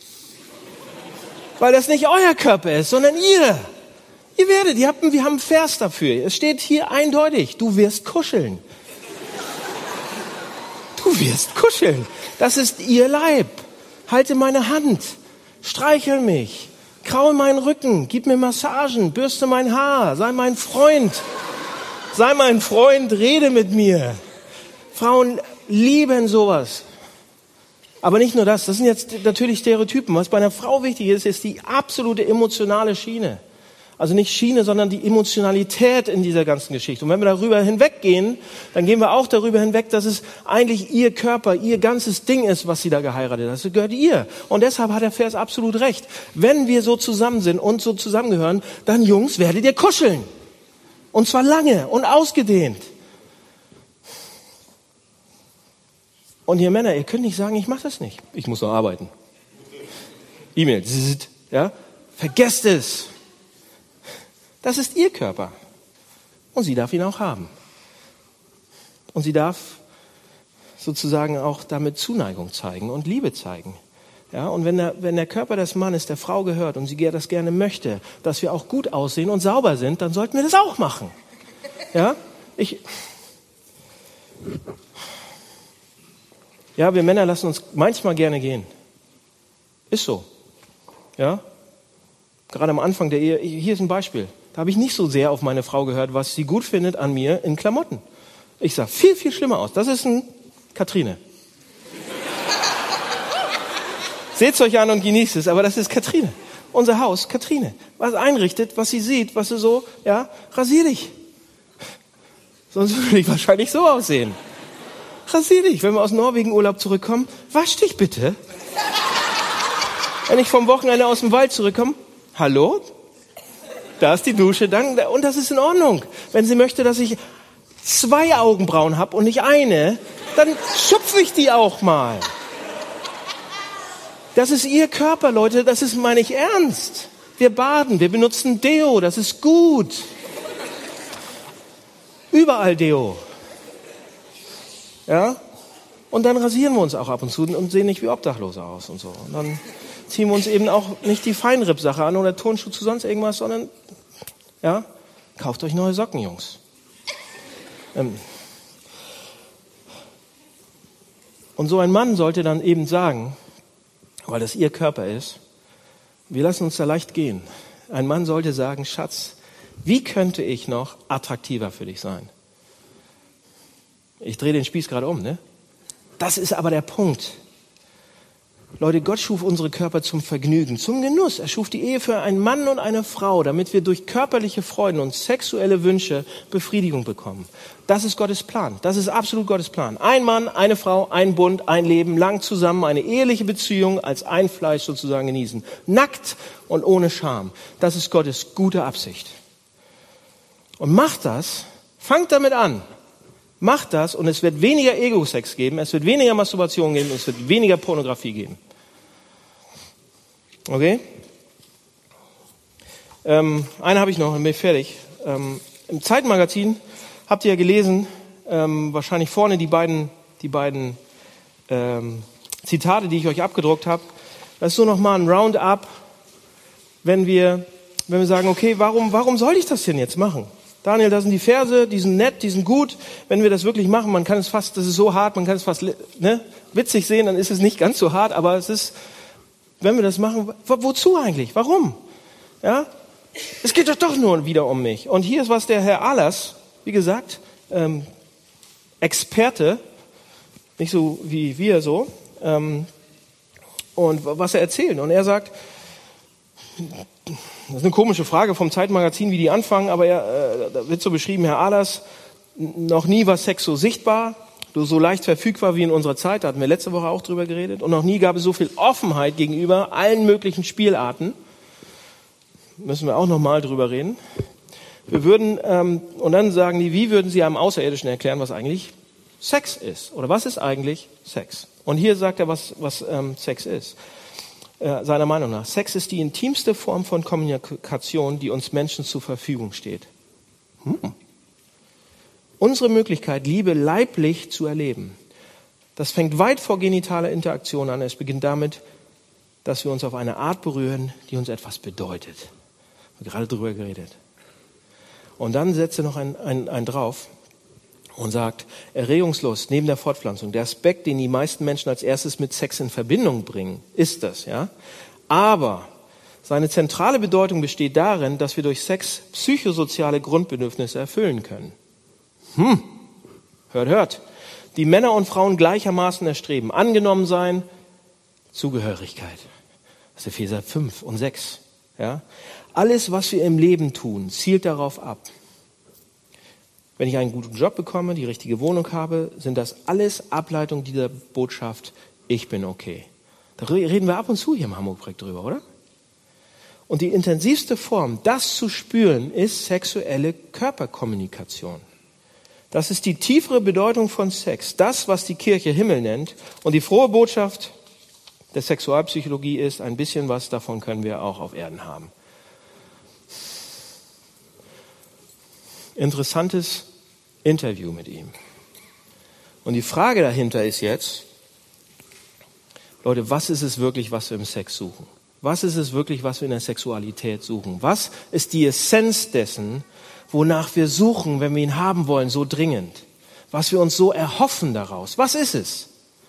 Weil das nicht euer Körper ist, sondern ihr. Ihr werdet, ihr habt, wir haben einen Vers dafür. Es steht hier eindeutig, du wirst kuscheln. Du wirst kuscheln. Das ist ihr Leib. Halte meine Hand. Streichel mich. Kraul meinen Rücken. Gib mir Massagen. Bürste mein Haar. Sei mein Freund. Sei mein Freund. Rede mit mir. Frauen lieben sowas. Aber nicht nur das. Das sind jetzt natürlich Stereotypen. Was bei einer Frau wichtig ist, ist die absolute emotionale Schiene. Also nicht Schiene, sondern die Emotionalität in dieser ganzen Geschichte. Und wenn wir darüber hinweggehen, dann gehen wir auch darüber hinweg, dass es eigentlich ihr Körper, ihr ganzes Ding ist, was sie da geheiratet hat. Das gehört ihr. Und deshalb hat der Vers absolut recht. Wenn wir so zusammen sind und so zusammengehören, dann Jungs, werdet ihr kuscheln. Und zwar lange und ausgedehnt. Und ihr Männer, ihr könnt nicht sagen, ich mache das nicht. Ich muss noch arbeiten. E-Mail, ja, vergesst es. Das ist ihr Körper. Und sie darf ihn auch haben. Und sie darf sozusagen auch damit Zuneigung zeigen und Liebe zeigen. Ja, und wenn der, wenn der Körper des Mannes der Frau gehört und sie das gerne möchte, dass wir auch gut aussehen und sauber sind, dann sollten wir das auch machen. Ja, ich, ja, wir Männer lassen uns manchmal gerne gehen. Ist so. Ja, gerade am Anfang der Ehe, hier ist ein Beispiel. Da habe ich nicht so sehr auf meine Frau gehört, was sie gut findet an mir in Klamotten. Ich sah viel, viel schlimmer aus. Das ist ein Katrine. Seht's euch an und genießt es, aber das ist Katrine. Unser Haus, Katrine. Was einrichtet, was sie sieht, was sie so, ja, rasier dich. Sonst würde ich wahrscheinlich so aussehen. Rasier dich. Wenn wir aus Norwegen Urlaub zurückkommen, wasch dich bitte. Wenn ich vom Wochenende aus dem Wald zurückkomme, hallo? Da ist die Dusche, dann, und das ist in Ordnung. Wenn sie möchte, dass ich zwei Augenbrauen habe und nicht eine, dann schupfe ich die auch mal. Das ist ihr Körper, Leute, das ist, meine ich ernst. Wir baden, wir benutzen Deo, das ist gut. Überall Deo. Ja? Und dann rasieren wir uns auch ab und zu und sehen nicht wie Obdachlose aus und so. Und dann ziehen wir uns eben auch nicht die Feinripp-Sache an oder Turnschuhe zu sonst irgendwas, sondern, ja, kauft euch neue Socken, Jungs. Ähm. Und so ein Mann sollte dann eben sagen, weil das ihr Körper ist, wir lassen uns da leicht gehen. Ein Mann sollte sagen, Schatz, wie könnte ich noch attraktiver für dich sein? Ich drehe den Spieß gerade um, ne? Das ist aber der Punkt. Leute, Gott schuf unsere Körper zum Vergnügen, zum Genuss. Er schuf die Ehe für einen Mann und eine Frau, damit wir durch körperliche Freuden und sexuelle Wünsche Befriedigung bekommen. Das ist Gottes Plan. Das ist absolut Gottes Plan. Ein Mann, eine Frau, ein Bund, ein Leben, lang zusammen, eine eheliche Beziehung als ein Fleisch sozusagen genießen. Nackt und ohne Scham. Das ist Gottes gute Absicht. Und macht das, fangt damit an. Macht das und es wird weniger Ego-Sex geben, es wird weniger Masturbation geben, es wird weniger Pornografie geben. Okay? Ähm, eine habe ich noch, dann bin ich fertig. Ähm, Im Zeitmagazin habt ihr ja gelesen, ähm, wahrscheinlich vorne die beiden, die beiden ähm, Zitate, die ich euch abgedruckt habe. Das ist so nochmal ein Roundup, wenn wir, wenn wir sagen, okay, warum, warum soll ich das denn jetzt machen? Daniel, das sind die Verse, die sind nett, die sind gut. Wenn wir das wirklich machen, man kann es fast, das ist so hart, man kann es fast ne, witzig sehen, dann ist es nicht ganz so hart, aber es ist, wenn wir das machen, wo, wozu eigentlich? Warum? Ja, es geht doch doch nur wieder um mich. Und hier ist was der Herr Ahlers, wie gesagt, ähm, Experte, nicht so wie wir so, ähm, und was er erzählt. Und er sagt, das ist eine komische Frage vom Zeitmagazin, wie die anfangen, aber er, äh, da wird so beschrieben, Herr Ahlers, noch nie war Sex so sichtbar, so leicht verfügbar wie in unserer Zeit, da hatten wir letzte Woche auch drüber geredet, und noch nie gab es so viel Offenheit gegenüber allen möglichen Spielarten. Müssen wir auch nochmal drüber reden. Wir würden, ähm, und dann sagen die, wie würden Sie einem Außerirdischen erklären, was eigentlich Sex ist? Oder was ist eigentlich Sex? Und hier sagt er, was, was ähm, Sex ist. Seiner Meinung nach. Sex ist die intimste Form von Kommunikation, die uns Menschen zur Verfügung steht. Hm. Unsere Möglichkeit, Liebe leiblich zu erleben. Das fängt weit vor genitaler Interaktion an. Es beginnt damit, dass wir uns auf eine Art berühren, die uns etwas bedeutet. Wir haben gerade drüber geredet. Und dann setzt er noch ein, ein, ein drauf und sagt, Erregungslust neben der Fortpflanzung, der Aspekt, den die meisten Menschen als erstes mit Sex in Verbindung bringen, ist das, ja. Aber seine zentrale Bedeutung besteht darin, dass wir durch Sex psychosoziale Grundbedürfnisse erfüllen können. Hm, hört, hört. Die Männer und Frauen gleichermaßen erstreben. Angenommen sein, Zugehörigkeit. Das ist Epheser fünf und sechs, ja. Alles, was wir im Leben tun, zielt darauf ab. Wenn ich einen guten Job bekomme, die richtige Wohnung habe, sind das alles Ableitungen dieser Botschaft, ich bin okay. Da reden wir ab und zu hier im Hamburg-Projekt drüber, oder? Und die intensivste Form, das zu spüren, ist sexuelle Körperkommunikation. Das ist die tiefere Bedeutung von Sex. Das, was die Kirche Himmel nennt. Und die frohe Botschaft der Sexualpsychologie ist, ein bisschen was davon können wir auch auf Erden haben. Interessantes Interview mit ihm. Und die Frage dahinter ist jetzt, Leute, was ist es wirklich, was wir im Sex suchen? Was ist es wirklich, was wir in der Sexualität suchen? Was ist die Essenz dessen, wonach wir suchen, wenn wir ihn haben wollen, so dringend? Was wir uns so erhoffen daraus? Was ist es?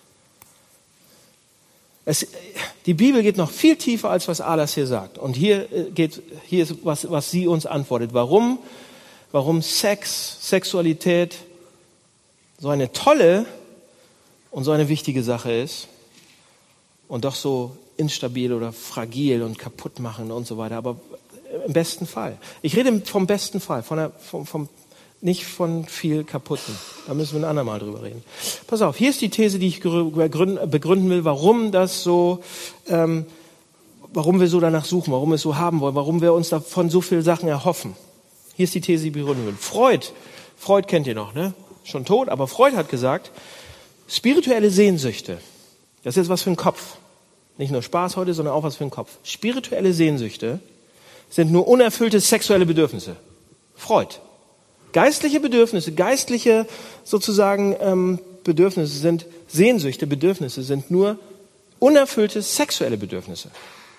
Es, die Bibel geht noch viel tiefer, als was Ahlers hier sagt. Und hier geht, hier ist was, was sie uns antwortet. Warum? Warum Sex, Sexualität so eine tolle und so eine wichtige Sache ist und doch so instabil oder fragil und kaputt machen und so weiter, aber im besten Fall. Ich rede vom besten Fall, von der, vom, vom, nicht von viel Kaputten. Da müssen wir ein andermal drüber reden. Pass auf, hier ist die These, die ich begründen will, warum das so, ähm, warum wir so danach suchen, warum wir es so haben wollen, warum wir uns davon so viele Sachen erhoffen. Hier ist die These, die begründen will. Freud, Freud kennt ihr noch, ne? Schon tot, aber Freud hat gesagt, spirituelle Sehnsüchte, das ist jetzt was für den Kopf. Nicht nur Spaß heute, sondern auch was für den Kopf. Spirituelle Sehnsüchte sind nur unerfüllte sexuelle Bedürfnisse. Freud. Geistliche Bedürfnisse, geistliche sozusagen ähm, Bedürfnisse sind Sehnsüchte, Bedürfnisse sind nur unerfüllte sexuelle Bedürfnisse.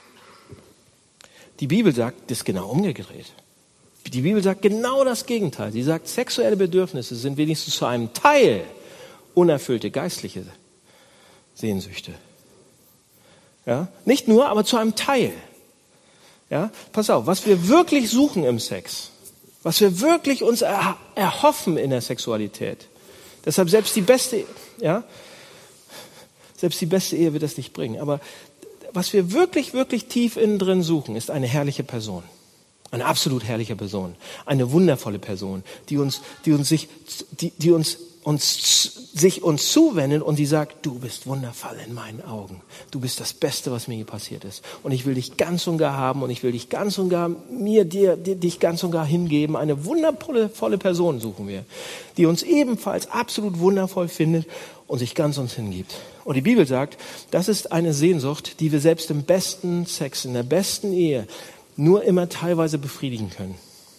Die Bibel sagt, das ist genau umgedreht. Die Bibel sagt genau das Gegenteil. Sie sagt, sexuelle Bedürfnisse sind wenigstens zu einem Teil unerfüllte geistliche Sehnsüchte. Ja? Nicht nur, aber zu einem Teil. Ja? Pass auf, was wir wirklich suchen im Sex, was wir wirklich uns er, erhoffen in der Sexualität, deshalb selbst die beste, ja, selbst die beste Ehe wird das nicht bringen, aber was wir wirklich, wirklich tief innen drin suchen, ist eine herrliche Person. Eine absolut herrliche Person. Eine wundervolle Person, die uns, die uns sich, die, die uns, uns, sich uns zuwendet und die sagt, du bist wundervoll in meinen Augen. Du bist das Beste, was mir je passiert ist. Und ich will dich ganz und gar haben und ich will dich ganz und gar, mir, dir, dir dich ganz und gar hingeben. Eine wundervolle Person suchen wir, die uns ebenfalls absolut wundervoll findet und sich ganz uns hingibt. Und die Bibel sagt, das ist eine Sehnsucht, die wir selbst im besten Sex, in der besten Ehe nur immer teilweise befriedigen können.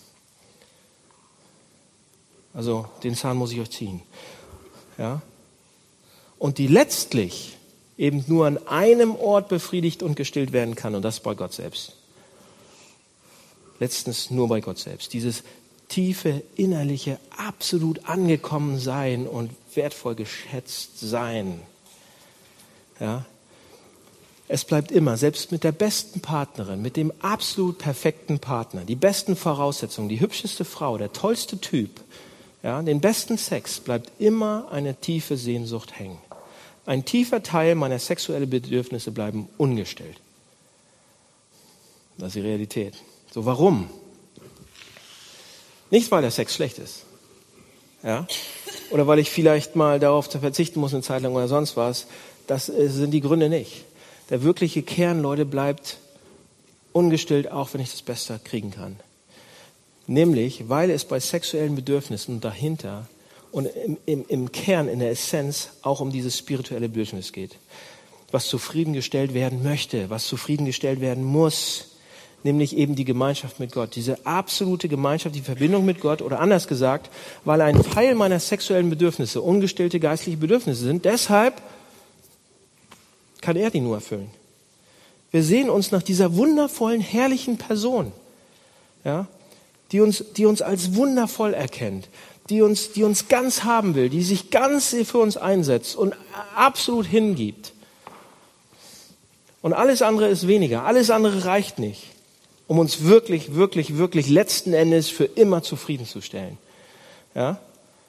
Also den Zahn muss ich euch ziehen. Ja? Und die letztlich eben nur an einem Ort befriedigt und gestillt werden kann, und das ist bei Gott selbst. Letztens nur bei Gott selbst. Dieses tiefe, innerliche, absolut angekommen sein und wertvoll geschätzt sein. Ja? Es bleibt immer, selbst mit der besten Partnerin, mit dem absolut perfekten Partner, die besten Voraussetzungen, die hübscheste Frau, der tollste Typ, ja, den besten Sex, bleibt immer eine tiefe Sehnsucht hängen. Ein tiefer Teil meiner sexuellen Bedürfnisse bleiben ungestillt. Das ist die Realität. So, warum? Nicht, weil der Sex schlecht ist. Ja? Oder weil ich vielleicht mal darauf verzichten muss eine Zeit lang oder sonst was. Das sind die Gründe nicht. Der wirkliche Kern, Leute, bleibt ungestillt, auch wenn ich das Beste kriegen kann. Nämlich, weil es bei sexuellen Bedürfnissen dahinter und im, im, im Kern, in der Essenz, auch um dieses spirituelle Bedürfnis geht. Was zufriedengestellt werden möchte, was zufriedengestellt werden muss. Nämlich eben die Gemeinschaft mit Gott. Diese absolute Gemeinschaft, die Verbindung mit Gott. Oder anders gesagt, weil ein Teil meiner sexuellen Bedürfnisse ungestillte geistliche Bedürfnisse sind. Deshalb kann er die nur erfüllen. Wir sehen uns nach dieser wundervollen, herrlichen Person, ja, die uns, die uns als wundervoll erkennt, die uns, die uns ganz haben will, die sich ganz für uns einsetzt und absolut hingibt. Und alles andere ist weniger, alles andere reicht nicht, um uns wirklich, wirklich, wirklich letzten Endes für immer zufriedenzustellen. Ja?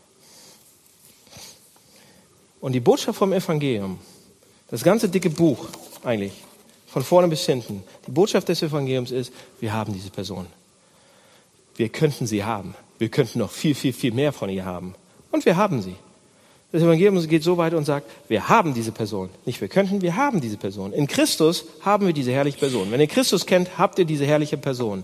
Und die Botschaft vom Evangelium, das ganze dicke Buch eigentlich, von vorne bis hinten. Die Botschaft des Evangeliums ist, wir haben diese Person. Wir könnten sie haben. Wir könnten noch viel, viel, viel mehr von ihr haben. Und wir haben sie. Das Evangelium geht so weit und sagt, wir haben diese Person. Nicht wir könnten, wir haben diese Person. In Christus haben wir diese herrliche Person. Wenn ihr Christus kennt, habt ihr diese herrliche Person.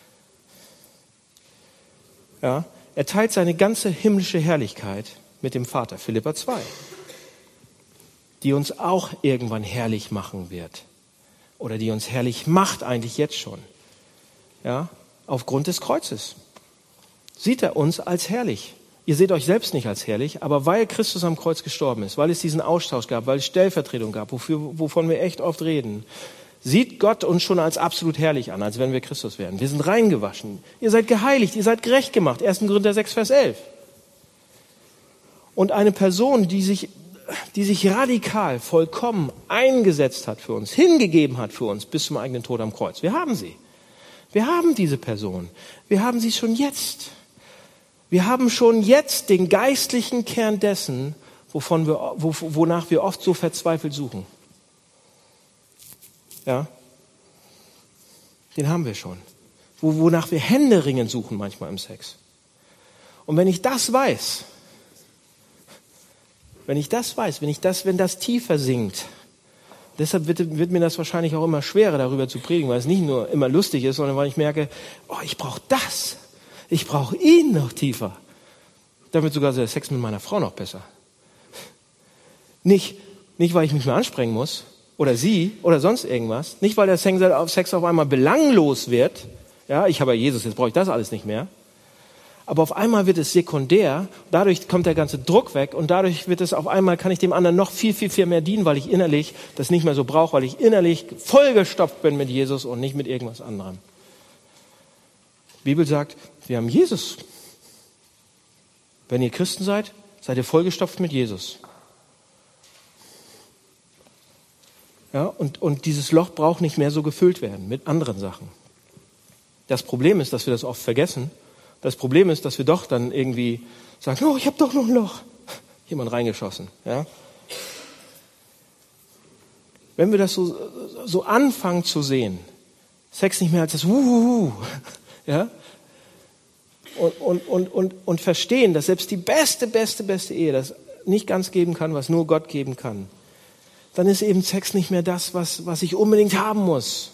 Ja, er teilt seine ganze himmlische Herrlichkeit mit dem Vater. Philipper zwei. Die uns auch irgendwann herrlich machen wird. Oder die uns herrlich macht eigentlich jetzt schon. Ja, aufgrund des Kreuzes. Sieht er uns als herrlich. Ihr seht euch selbst nicht als herrlich, aber weil Christus am Kreuz gestorben ist, weil es diesen Austausch gab, weil es Stellvertretung gab, wofür, wovon wir echt oft reden, sieht Gott uns schon als absolut herrlich an, als wenn wir Christus wären. Wir sind reingewaschen. Ihr seid geheiligt, ihr seid gerecht gemacht. erster Korinther sechs, Vers elf. Und eine Person, die sich die sich radikal, vollkommen eingesetzt hat für uns, hingegeben hat für uns bis zum eigenen Tod am Kreuz. Wir haben sie. Wir haben diese Person. Wir haben sie schon jetzt. Wir haben schon jetzt den geistlichen Kern dessen, wovon wir, wonach wir oft so verzweifelt suchen. Ja? Den haben wir schon. Wonach wir händeringend suchen manchmal im Sex. Und wenn ich das weiß, Wenn ich das weiß, wenn ich das, wenn das tiefer sinkt, deshalb wird, wird mir das wahrscheinlich auch immer schwerer, darüber zu predigen, weil es nicht nur immer lustig ist, sondern weil ich merke, oh, ich brauche das. Ich brauche ihn noch tiefer. Damit sogar der Sex mit meiner Frau noch besser. Nicht, nicht, weil ich mich mehr anstrengen muss, oder sie, oder sonst irgendwas. Nicht, weil der Sex auf einmal belanglos wird. Ja, ich habe ja Jesus, jetzt brauche ich das alles nicht mehr. Aber auf einmal wird es sekundär, dadurch kommt der ganze Druck weg und dadurch wird es auf einmal, kann ich dem anderen noch viel, viel, viel mehr dienen, weil ich innerlich das nicht mehr so brauche, weil ich innerlich vollgestopft bin mit Jesus und nicht mit irgendwas anderem. Die Bibel sagt, wir haben Jesus. Wenn ihr Christen seid, seid ihr vollgestopft mit Jesus. Ja, und, und dieses Loch braucht nicht mehr so gefüllt werden mit anderen Sachen. Das Problem ist, dass wir das oft vergessen. Das Problem ist, dass wir doch dann irgendwie sagen, oh, ich habe doch noch ein Loch. Jemand reingeschossen. Ja? Wenn wir das so, so anfangen zu sehen, Sex nicht mehr als das Wuhuhu, ja? und, und, und, und, und verstehen, dass selbst die beste, beste, beste Ehe das nicht ganz geben kann, was nur Gott geben kann, dann ist eben Sex nicht mehr das, was, was ich unbedingt haben muss.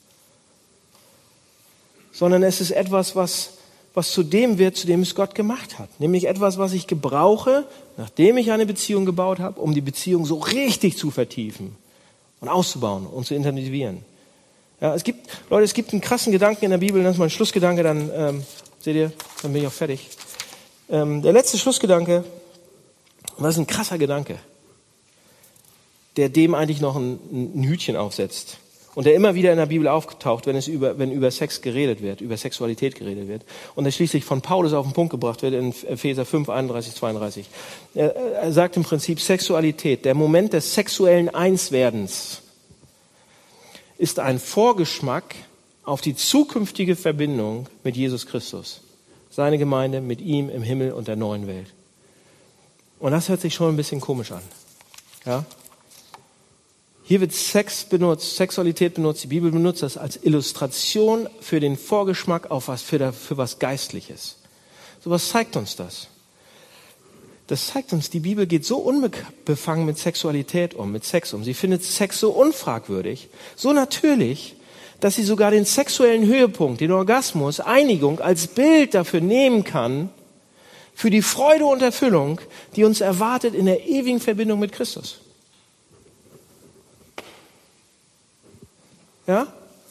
Sondern es ist etwas, was, was zu dem wird, zu dem es Gott gemacht hat. Nämlich etwas, was ich gebrauche, nachdem ich eine Beziehung gebaut habe, um die Beziehung so richtig zu vertiefen und auszubauen und zu intensivieren. Ja, es gibt, Leute, es gibt einen krassen Gedanken in der Bibel, das ist mein Schlussgedanke, dann, ähm, seht ihr, dann bin ich auch fertig. Ähm, der letzte Schlussgedanke, das ist ein krasser Gedanke, der dem eigentlich noch ein, ein Hütchen aufsetzt. Und der immer wieder in der Bibel auftaucht, wenn es über, wenn über Sex geredet wird, über Sexualität geredet wird. Und der schließlich von Paulus auf den Punkt gebracht wird in Epheser fünf, einunddreißig, zweiunddreißig. Er, er sagt im Prinzip, Sexualität, der Moment des sexuellen Einswerdens, ist ein Vorgeschmack auf die zukünftige Verbindung mit Jesus Christus. Seine Gemeinde mit ihm im Himmel und der neuen Welt. Und das hört sich schon ein bisschen komisch an. Ja? Hier wird Sex benutzt, Sexualität benutzt, die Bibel benutzt das als Illustration für den Vorgeschmack auf was, für, für was Geistliches. So was zeigt uns das? Das zeigt uns, die Bibel geht so unbefangen mit Sexualität um, mit Sex um. Sie findet Sex so unfragwürdig, so natürlich, dass sie sogar den sexuellen Höhepunkt, den Orgasmus, Einigung als Bild dafür nehmen kann, für die Freude und Erfüllung, die uns erwartet in der ewigen Verbindung mit Christus. Ja?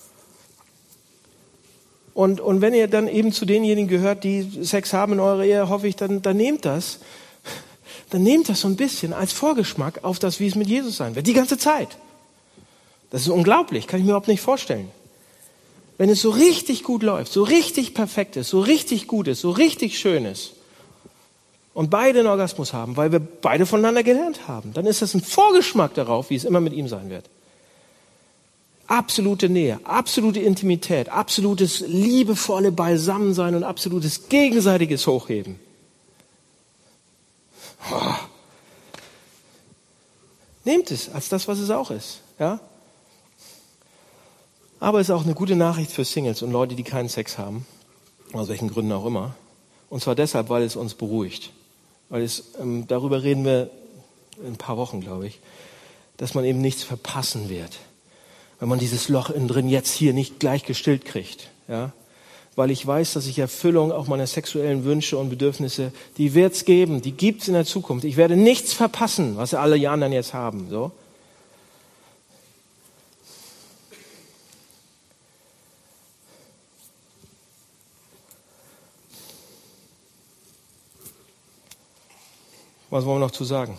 Und, und wenn ihr dann eben zu denjenigen gehört, die Sex haben in eurer Ehe, hoffe ich, dann, dann nehmt das, dann nehmt das so ein bisschen als Vorgeschmack auf das, wie es mit Jesus sein wird. Die ganze Zeit. Das ist unglaublich, kann ich mir überhaupt nicht vorstellen. Wenn es so richtig gut läuft, so richtig perfekt ist, so richtig gut ist, so richtig schön ist und beide einen Orgasmus haben, weil wir beide voneinander gelernt haben, dann ist das ein Vorgeschmack darauf, wie es immer mit ihm sein wird. Absolute Nähe, absolute Intimität, absolutes liebevolle Beisammensein und absolutes gegenseitiges Hochheben. Oh. Nehmt es als das, was es auch ist. Ja? Aber es ist auch eine gute Nachricht für Singles und Leute, die keinen Sex haben, aus welchen Gründen auch immer. Und zwar deshalb, weil es uns beruhigt. Weil es, ähm, darüber reden wir in ein paar Wochen, glaube ich, dass man eben nichts verpassen wird. Wenn man dieses Loch innen drin jetzt hier nicht gleich gestillt kriegt, ja, weil ich weiß, dass ich Erfüllung auch meiner sexuellen Wünsche und Bedürfnisse, die wird's geben, die gibt's in der Zukunft. Ich werde nichts verpassen, was alle die anderen jetzt haben, so. Was wollen wir noch zu sagen?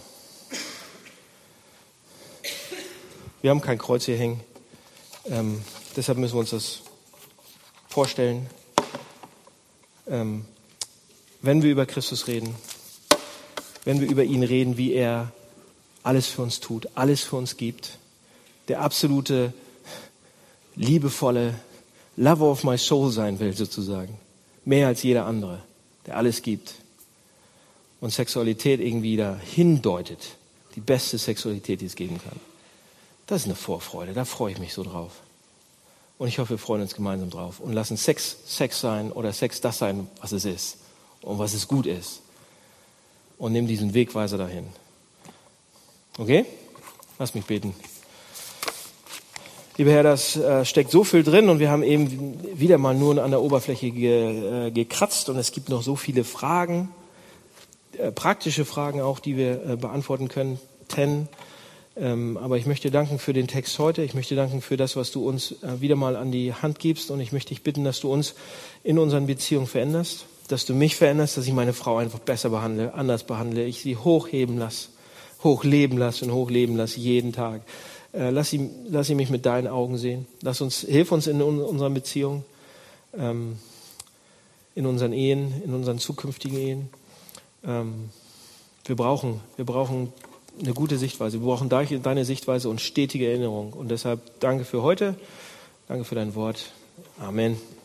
Wir haben kein Kreuz hier hängen. Ähm, deshalb müssen wir uns das vorstellen. Ähm, wenn wir über Christus reden, wenn wir über ihn reden, wie er alles für uns tut, alles für uns gibt, der absolute, liebevolle Lover of my soul sein will sozusagen, mehr als jeder andere, der alles gibt und Sexualität irgendwie da hindeutet, die beste Sexualität, die es geben kann. Das ist eine Vorfreude, da freue ich mich so drauf. Und ich hoffe, wir freuen uns gemeinsam drauf und lassen Sex Sex sein oder Sex das sein, was es ist und was es gut ist. Und nehmen diesen Wegweiser dahin. Okay? Lass mich beten. Lieber Herr, das äh, steckt so viel drin und wir haben eben wieder mal nur an der Oberfläche ge, äh, gekratzt und es gibt noch so viele Fragen, äh, praktische Fragen auch, die wir äh, beantworten können. Ten. Ähm, aber ich möchte danken für den Text heute. Ich möchte danken für das, was du uns äh, wieder mal an die Hand gibst. Und ich möchte dich bitten, dass du uns in unseren Beziehungen veränderst, dass du mich veränderst, dass ich meine Frau einfach besser behandle, anders behandle, ich sie hochheben lasse, hochleben lasse und hochleben lasse jeden Tag. Äh, lass, sie, lass sie mich mit deinen Augen sehen. Lass uns, hilf uns in un, unseren Beziehungen, ähm, in unseren Ehen, in unseren zukünftigen Ehen. Ähm, wir brauchen, wir brauchen eine gute Sichtweise. Wir brauchen deine Sichtweise und stetige Erinnerung. Und deshalb danke für heute. Danke für dein Wort. Amen.